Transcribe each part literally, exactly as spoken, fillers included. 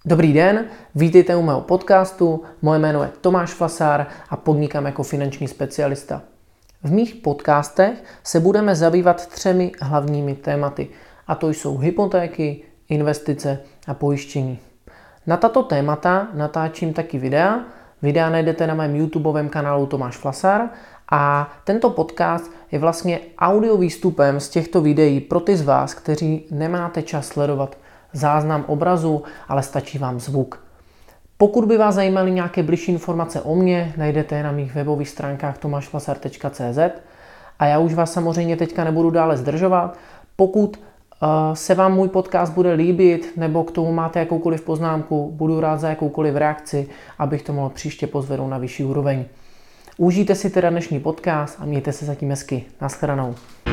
Dobrý den, vítejte u mého podcastu, moje jméno je Tomáš Flasár a podnikám jako finanční specialista. V mých podcastech se budeme zabývat třemi hlavními tématy, a to jsou hypotéky, investice a pojištění. Na tato témata natáčím taky videa, videa najdete na mém YouTubeovém kanálu Tomáš Flasár a tento podcast je vlastně audio výstupem z těchto videí pro ty z vás, kteří nemáte čas sledovat záznam obrazu, ale stačí vám zvuk. Pokud by vás zajímaly nějaké bližší informace o mně, najdete je na mých webových stránkách tomaš flasar tečka cé zet a já už vás samozřejmě teďka nebudu dále zdržovat. Pokud uh, se vám můj podcast bude líbit nebo k tomu máte jakoukoliv poznámku, budu rád za jakoukoliv reakci, abych to mohl příště pozvednout na vyšší úroveň. Užijte si teda dnešní podcast a mějte se zatím hezky. Naschledanou.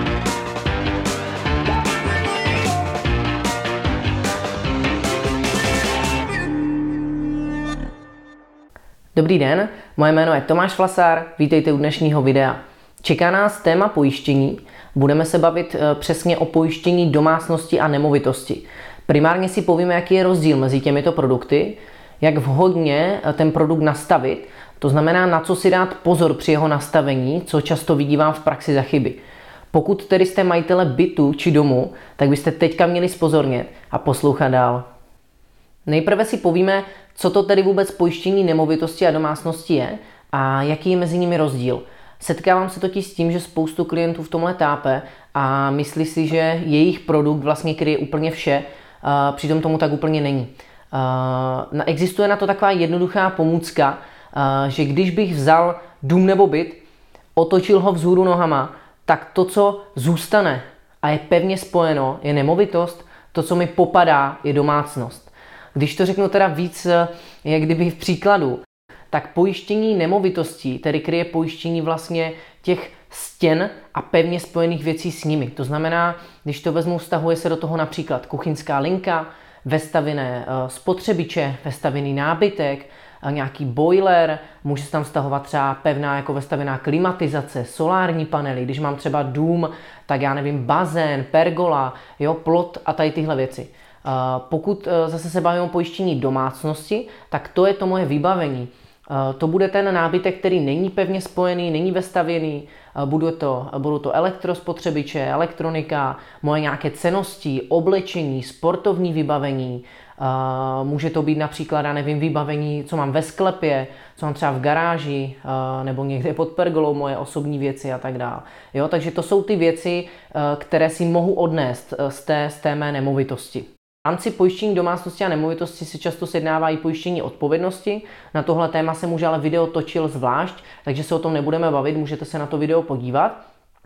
Dobrý den, moje jméno je Tomáš Flasár, vítejte u dnešního videa. Čeká nás téma pojištění, budeme se bavit přesně o pojištění domácnosti a nemovitosti. Primárně si povíme, jaký je rozdíl mezi těmito produkty, jak vhodně ten produkt nastavit, to znamená, na co si dát pozor při jeho nastavení, co často vidívám v praxi za chyby. Pokud tedy jste majitele bytu či domu, tak byste teďka měli zpozornět a poslouchat dál. Nejprve si povíme, co to tedy vůbec pojištění nemovitosti a domácnosti je a jaký je mezi nimi rozdíl. Setkávám se totiž s tím, že spoustu klientů v tomhle tápe a myslí si, že jejich produkt vlastně kryje úplně vše, přitom tomu tak úplně není. Existuje na to taková jednoduchá pomůcka, že když bych vzal dům nebo byt, otočil ho vzhůru nohama, tak to, co zůstane a je pevně spojeno, je nemovitost, to, co mi popadá, je domácnost. Když to řeknu teda víc, jak kdyby v příkladu, tak pojištění nemovitostí tedy kryje pojištění vlastně těch stěn a pevně spojených věcí s nimi. To znamená, když to vezmu, vztahuje se do toho například kuchyňská linka, vestavěné spotřebiče, vestavěný nábytek, nějaký boiler, může se tam vztahovat třeba pevná jako vestavěná klimatizace, solární panely, když mám třeba dům, tak já nevím, bazén, pergola, jo, plot a tady tyhle věci. Pokud zase se bavím o pojištění domácnosti, tak to je to moje vybavení. To bude ten nábytek, který není pevně spojený, není vestavěný, budou to, budou to elektrospotřebiče, elektronika, moje nějaké cennosti, oblečení, sportovní vybavení, může to být například, já nevím, vybavení, co mám ve sklepě, co mám třeba v garáži, nebo někde pod pergolou, moje osobní věci a tak dále. Jo, takže to jsou ty věci, které si mohu odnést z té, z té mé nemovitosti. V rámci pojištění domácnosti a nemovitosti se často sjednává i pojištění odpovědnosti. Na tohle téma jsem už ale video točil zvlášť, takže se o tom nebudeme bavit, můžete se na to video podívat.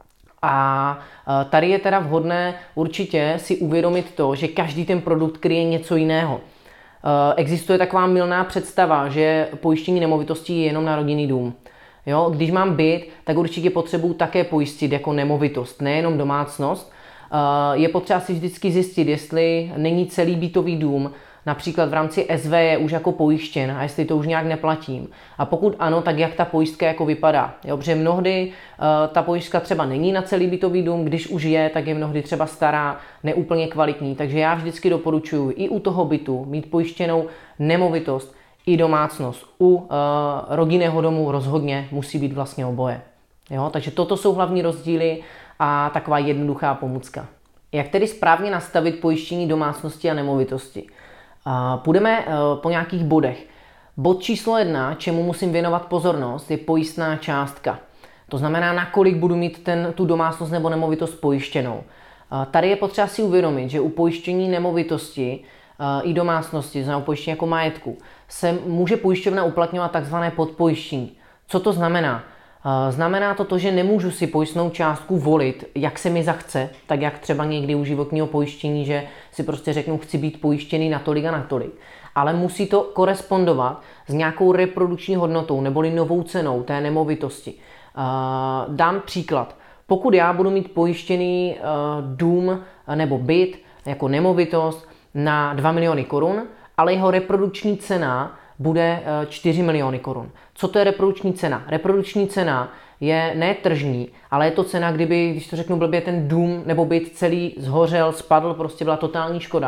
A tady je teda vhodné určitě si uvědomit to, že každý ten produkt kryje něco jiného. Existuje taková mylná představa, že pojištění nemovitostí je jenom na rodinný dům. Jo? Když mám byt, tak určitě potřebuji také pojistit jako nemovitost, nejenom domácnost. Je potřeba si vždycky zjistit, jestli není celý bytový dům, například v rámci S V je už jako pojištěn a jestli to už nějak neplatím. A pokud ano, tak jak ta pojistka jako vypadá. Jo, protože mnohdy uh, ta pojistka třeba není na celý bytový dům, když už je, tak je mnohdy třeba stará, neúplně kvalitní. Takže já vždycky doporučuji i u toho bytu mít pojištěnou nemovitost i domácnost. U uh, rodinného domu rozhodně musí být vlastně oboje. Jo, takže toto jsou hlavní rozdíly a taková jednoduchá pomůcka. Jak tedy správně nastavit pojištění domácnosti a nemovitosti? Půjdeme po nějakých bodech. Bod číslo jedna, čemu musím věnovat pozornost, je pojistná částka. To znamená, nakolik budu mít ten, tu domácnost nebo nemovitost pojištěnou. Tady je potřeba si uvědomit, že u pojištění nemovitosti i domácnosti, znamená pojištění jako majetku, se může pojišťovna uplatňovat takzvané podpojištění. Co to znamená? Znamená to to, že nemůžu si pojistnou částku volit, jak se mi zachce, tak jak třeba někdy u životního pojištění, že si prostě řeknu, chci být pojištěný na tolik a na tolik. Ale musí to korespondovat s nějakou reprodukční hodnotou neboli novou cenou té nemovitosti. Dám příklad. Pokud já budu mít pojištěný dům nebo byt jako nemovitost na dva miliony korun, ale jeho reprodukční cena bude čtyři miliony korun. Co to je reprodukční cena? Reprodukční cena je ne tržní, ale je to cena, kdyby, když to řeknu blbě, ten dům nebo byt celý zhořel, spadl, prostě byla totální škoda.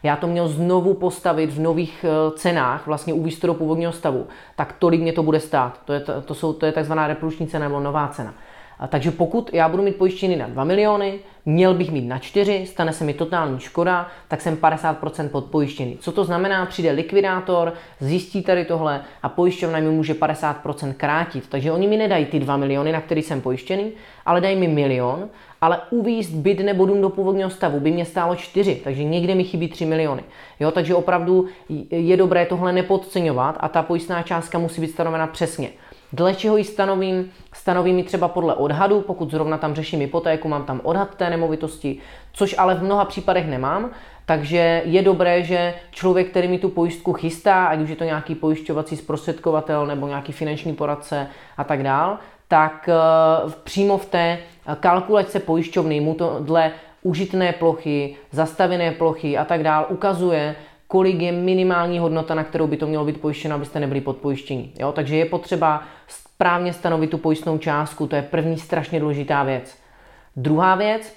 já to měl znovu postavit v nových cenách, vlastně uvést to do původního stavu, tak tolik mě to bude stát. To je, to, to jsou, to je takzvaná reprodukční cena nebo nová cena. A takže pokud já budu mít pojištění na dva miliony, měl bych mít na čtyři, stane se mi totální škoda, tak jsem padesát procent podpojištěný. Co to znamená? Přijde likvidátor, zjistí tady tohle a pojišťovna mi může padesát procent krátit. Takže oni mi nedají ty dva miliony, na který jsem pojištěný, ale dají mi milion, ale uvízt byt nebo dům do původního stavu by mě stálo čtyři, takže někde mi chybí tři miliony. Jo, takže opravdu je dobré tohle nepodceňovat a ta pojistná částka musí být stanovena přesně. Dle čeho ji stanovím? Stanovím ji třeba podle odhadu, pokud zrovna tam řeším hypotéku, mám tam odhad té nemovitosti, což ale v mnoha případech nemám, takže je dobré, že člověk, který mi tu pojistku chystá, ať už je to nějaký pojišťovací zprostředkovatel nebo nějaký finanční poradce a tak dál, tak uh, přímo v té kalkulačce pojišťovny mu to dle užitné plochy, zastavěné plochy a tak dál ukazuje, kolik je minimální hodnota, na kterou by to mělo být pojištěno, abyste nebyli podpojištěni. Jo? Takže je potřeba správně stanovit tu pojistnou částku, to je první strašně důležitá věc. Druhá věc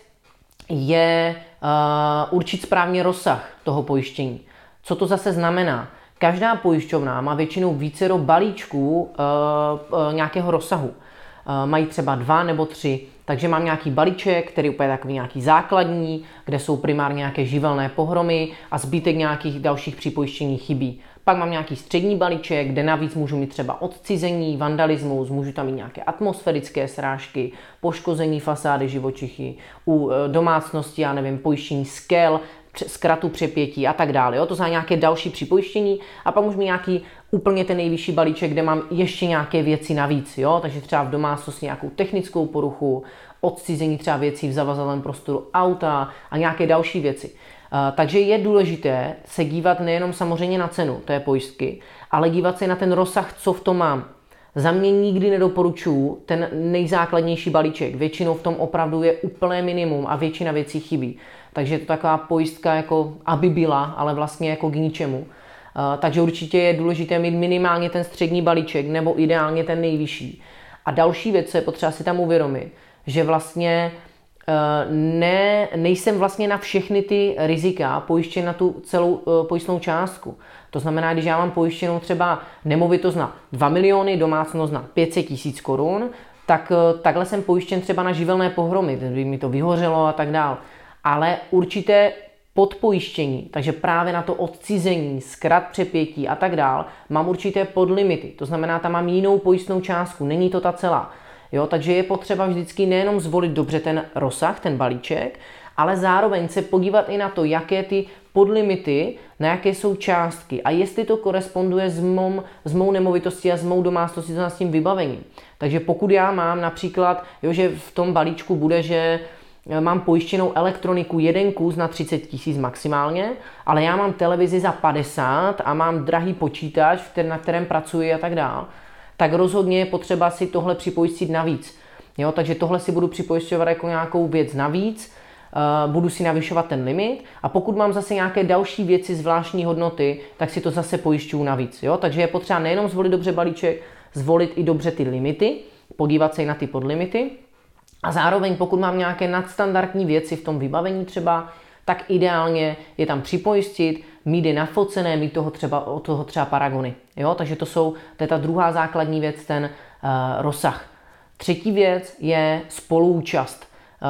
je uh, určit správně rozsah toho pojištění. Co to zase znamená? Každá pojišťovna má většinou vícero balíčků uh, uh, nějakého rozsahu. Uh, mají třeba dva nebo tři. Takže mám nějaký balíček, který je úplně takový nějaký základní, kde jsou primárně nějaké živelné pohromy a zbytek nějakých dalších připojištění chybí. Pak mám nějaký střední balíček, kde navíc můžu mít třeba odcizení, vandalismus, můžu tam mít nějaké atmosférické srážky, poškození fasády živočichy, u domácnosti, já nevím, pojištění skel, zkratu přepětí a tak dále. Jo? To znamená nějaké další připojištění a pak můžu mít nějaký úplně ten nejvyšší balíček, kde mám ještě nějaké věci navíc. Jo? Takže třeba v domácnosti nějakou technickou poruchu, odcizení třeba věcí v zavazadlém prostoru auta a nějaké další věci. Uh, takže je důležité se dívat nejenom samozřejmě na cenu té pojistky, ale dívat se na ten rozsah, co v tom mám. Za mě nikdy nedoporučuji ten nejzákladnější balíček. Většinou v tom opravdu je úplné minimum a většina věcí chybí. Takže je to taková pojistka, jako aby byla, ale vlastně jako k ničemu. Uh, takže určitě je důležité mít minimálně ten střední balíček nebo ideálně ten nejvyšší. A další věc, co je potřeba si tam uvědomit, že vlastně uh, ne, nejsem vlastně na všechny ty rizika pojištěn na tu celou uh, pojistnou částku. To znamená, když já mám pojištěnou třeba nemovitost na dva miliony, domácnost na pět set tisíc korun, tak uh, takhle jsem pojištěn třeba na živelné pohromy, kdyby mi to vyhořelo a tak dál. Ale určité podpojištění, takže právě na to odcizení, zkrat přepětí a tak dál, mám určité podlimity. To znamená, tam mám jinou pojistnou částku, není to ta celá. Jo, takže je potřeba vždycky nejenom zvolit dobře ten rozsah, ten balíček, ale zároveň se podívat i na to, jaké ty podlimity, na jaké jsou částky a jestli to koresponduje s mou, s mou nemovitostí a s mou domácností, s tím vybavením. Takže pokud já mám například, jo, že v tom balíčku bude, že mám pojištěnou elektroniku jeden kus na třicet tisíc maximálně, ale já mám televizi za padesát a mám drahý počítač, na kterém pracuji a tak dál, tak rozhodně je potřeba si tohle připojistit navíc. Jo, takže tohle si budu připojišťovat jako nějakou věc navíc, uh, budu si navyšovat ten limit a pokud mám zase nějaké další věci zvláštní hodnoty, tak si to zase pojišťuju navíc. Jo, takže je potřeba nejenom zvolit dobře balíček, zvolit i dobře ty limity, podívat se i na ty podlimity. A zároveň, pokud mám nějaké nadstandardní věci v tom vybavení třeba, tak ideálně je tam připojistit, mít je nafocené, mít toho třeba, od toho třeba paragony. Jo? Takže to, jsou, to je ta druhá základní věc, ten uh, rozsah. Třetí věc je spoluúčast.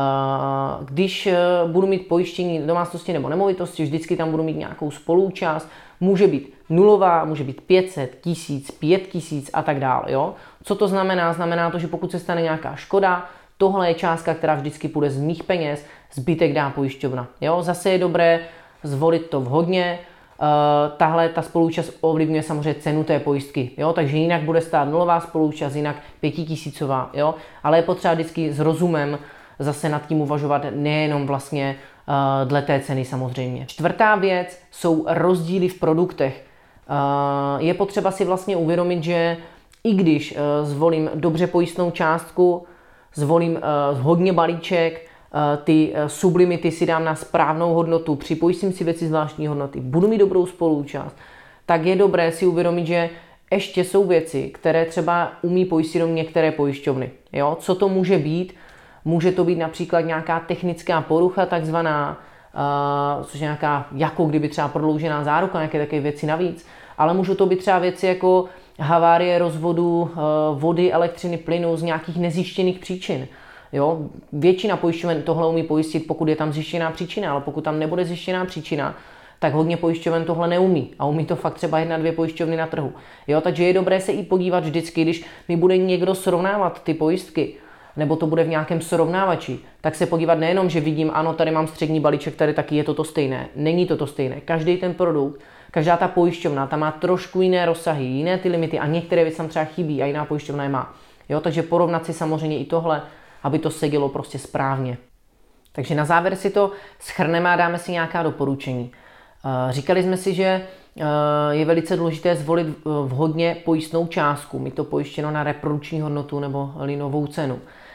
Uh, když uh, budu mít pojištění domácnosti nebo nemovitosti, vždycky tam budu mít nějakou spoluúčast. Může být nulová, může být pět set, tisíc, pět tisíc a tak dále. Jo? Co to znamená? Znamená to, že pokud se stane nějaká škoda, tohle je částka, která vždycky půjde z mých peněz, zbytek dá pojišťovna. Jo? Zase je dobré zvolit to vhodně. Uh, tahle ta spoluúčast ovlivňuje samozřejmě cenu té pojistky. Jo? Takže jinak bude stát nulová spoluúčast, jinak pětitisícová. Jo? Ale je potřeba vždycky s rozumem zase nad tím uvažovat nejenom vlastně uh, dle té ceny samozřejmě. Čtvrtá věc jsou rozdíly v produktech. Uh, je potřeba si vlastně uvědomit, že i když uh, zvolím dobře pojistnou částku, zvolím uh, hodně balíček, uh, ty uh, sublimity si dám na správnou hodnotu, připojím si věci zvláštní hodnoty, budu mít dobrou spoluúčast, tak je dobré si uvědomit, že ještě jsou věci, které třeba umí pojistit jenom některé pojišťovny. Jo? Co to může být? Může to být například nějaká technická porucha takzvaná, což je nějaká jako kdyby třeba prodloužená záruka, nějaké takové věci navíc, ale můžou to být třeba věci jako havárie rozvodu vody, elektřiny, plynu z nějakých nezjištěných příčin. Jo? Většina pojišťoven tohle umí pojistit, pokud je tam zjištěná příčina, ale pokud tam nebude zjištěná příčina, tak hodně pojišťoven tohle neumí. A umí to fakt třeba jedna, dvě pojišťovny na trhu. Jo? Takže je dobré se i podívat vždycky, když mi bude někdo srovnávat ty pojistky, nebo to bude v nějakém srovnávači, tak se podívat nejenom, že vidím, ano, tady mám střední balíček, tady taky je to stejné. Není to to stejné. Každý ten produkt, každá ta pojišťovna, tam má trošku jiné rozsahy, jiné ty limity a některé věci tam třeba chybí a jiná pojišťovna je má. Jo? Takže porovnat si samozřejmě i tohle, aby to sedělo prostě správně. Takže na závěr si to shrneme a dáme si nějaká doporučení. Říkali jsme si, že je velice důležité zvolit vhodně pojistnou částku, mít to pojištěno na reprodukční hodnotu nebo linovou cenu.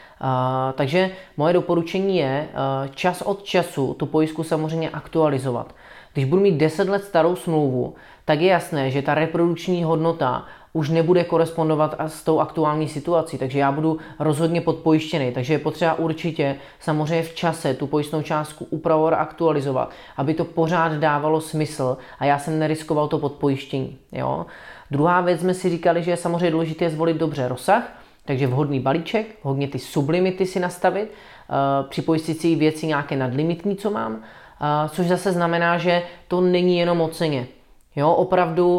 Takže moje doporučení je čas od času tu pojistku samozřejmě aktualizovat. Když budu mít deset let starou smlouvu, tak je jasné, že ta reprodukční hodnota už nebude korespondovat s tou aktuální situací, takže já budu rozhodně podpojištěný. Takže je potřeba určitě samozřejmě v čase tu pojistnou částku upravovat a aktualizovat, aby to pořád dávalo smysl a já jsem neriskoval to podpojištění. Jo? Druhá věc jsme si říkali, že je samozřejmě důležité zvolit dobře rozsah, takže vhodný balíček, hodně ty sublimity si nastavit, připojistit si věci nějaké nadlimitní, co mám, což zase znamená, že to není jenom o ceně. Jo, opravdu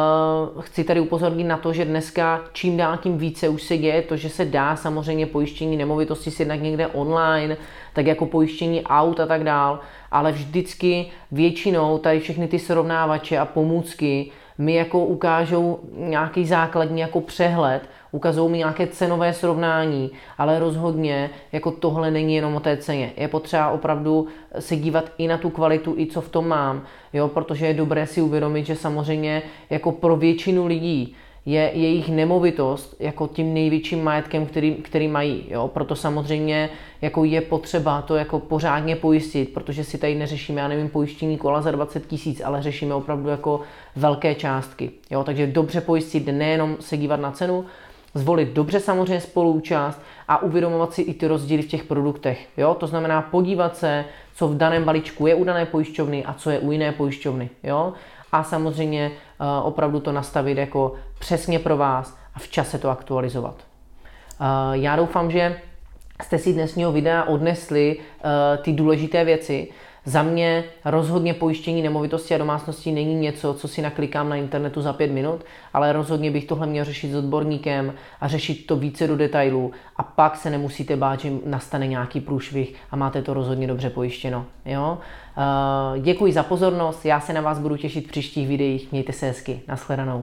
uh, chci tady upozornit na to, že dneska čím dál tím více už se děje to, že se dá samozřejmě pojištění nemovitosti sjednat někde online, tak jako pojištění aut a tak dál, ale vždycky většinou tady všechny ty srovnávače a pomůcky mi jako ukážou nějaký základní jako přehled, ukazují mi nějaké cenové srovnání, ale rozhodně jako tohle není jenom o té ceně. Je potřeba opravdu se dívat i na tu kvalitu, i co v tom mám, jo, protože je dobré si uvědomit, že samozřejmě jako pro většinu lidí je jejich nemovitost jako tím největším majetkem, který, který mají. Jo? Proto samozřejmě jako je potřeba to jako pořádně pojistit, protože si tady neřešíme, já nevím, pojištění kola za dvacet tisíc, ale řešíme opravdu jako velké částky. Jo? Takže dobře pojistit, nejenom se dívat na cenu, zvolit dobře samozřejmě spoluúčast a uvědomovat si i ty rozdíly v těch produktech. Jo? To znamená podívat se, co v daném balíčku je u dané pojišťovny a co je u jiné pojišťovny. Jo? A samozřejmě uh, opravdu to nastavit jako přesně pro vás a v čase to aktualizovat. Uh, já doufám, že jste si dnesního videa odnesli uh, ty důležité věci. Za mě rozhodně pojištění nemovitosti a domácnosti není něco, co si naklikám na internetu za pět minut, ale rozhodně bych tohle měl řešit s odborníkem a řešit to více do detailů a pak se nemusíte bát, že nastane nějaký průšvih a máte to rozhodně dobře pojištěno. Jo? Uh, děkuji za pozornost, já se na vás budu těšit v příštích videích, mějte se hezky, nashledanou.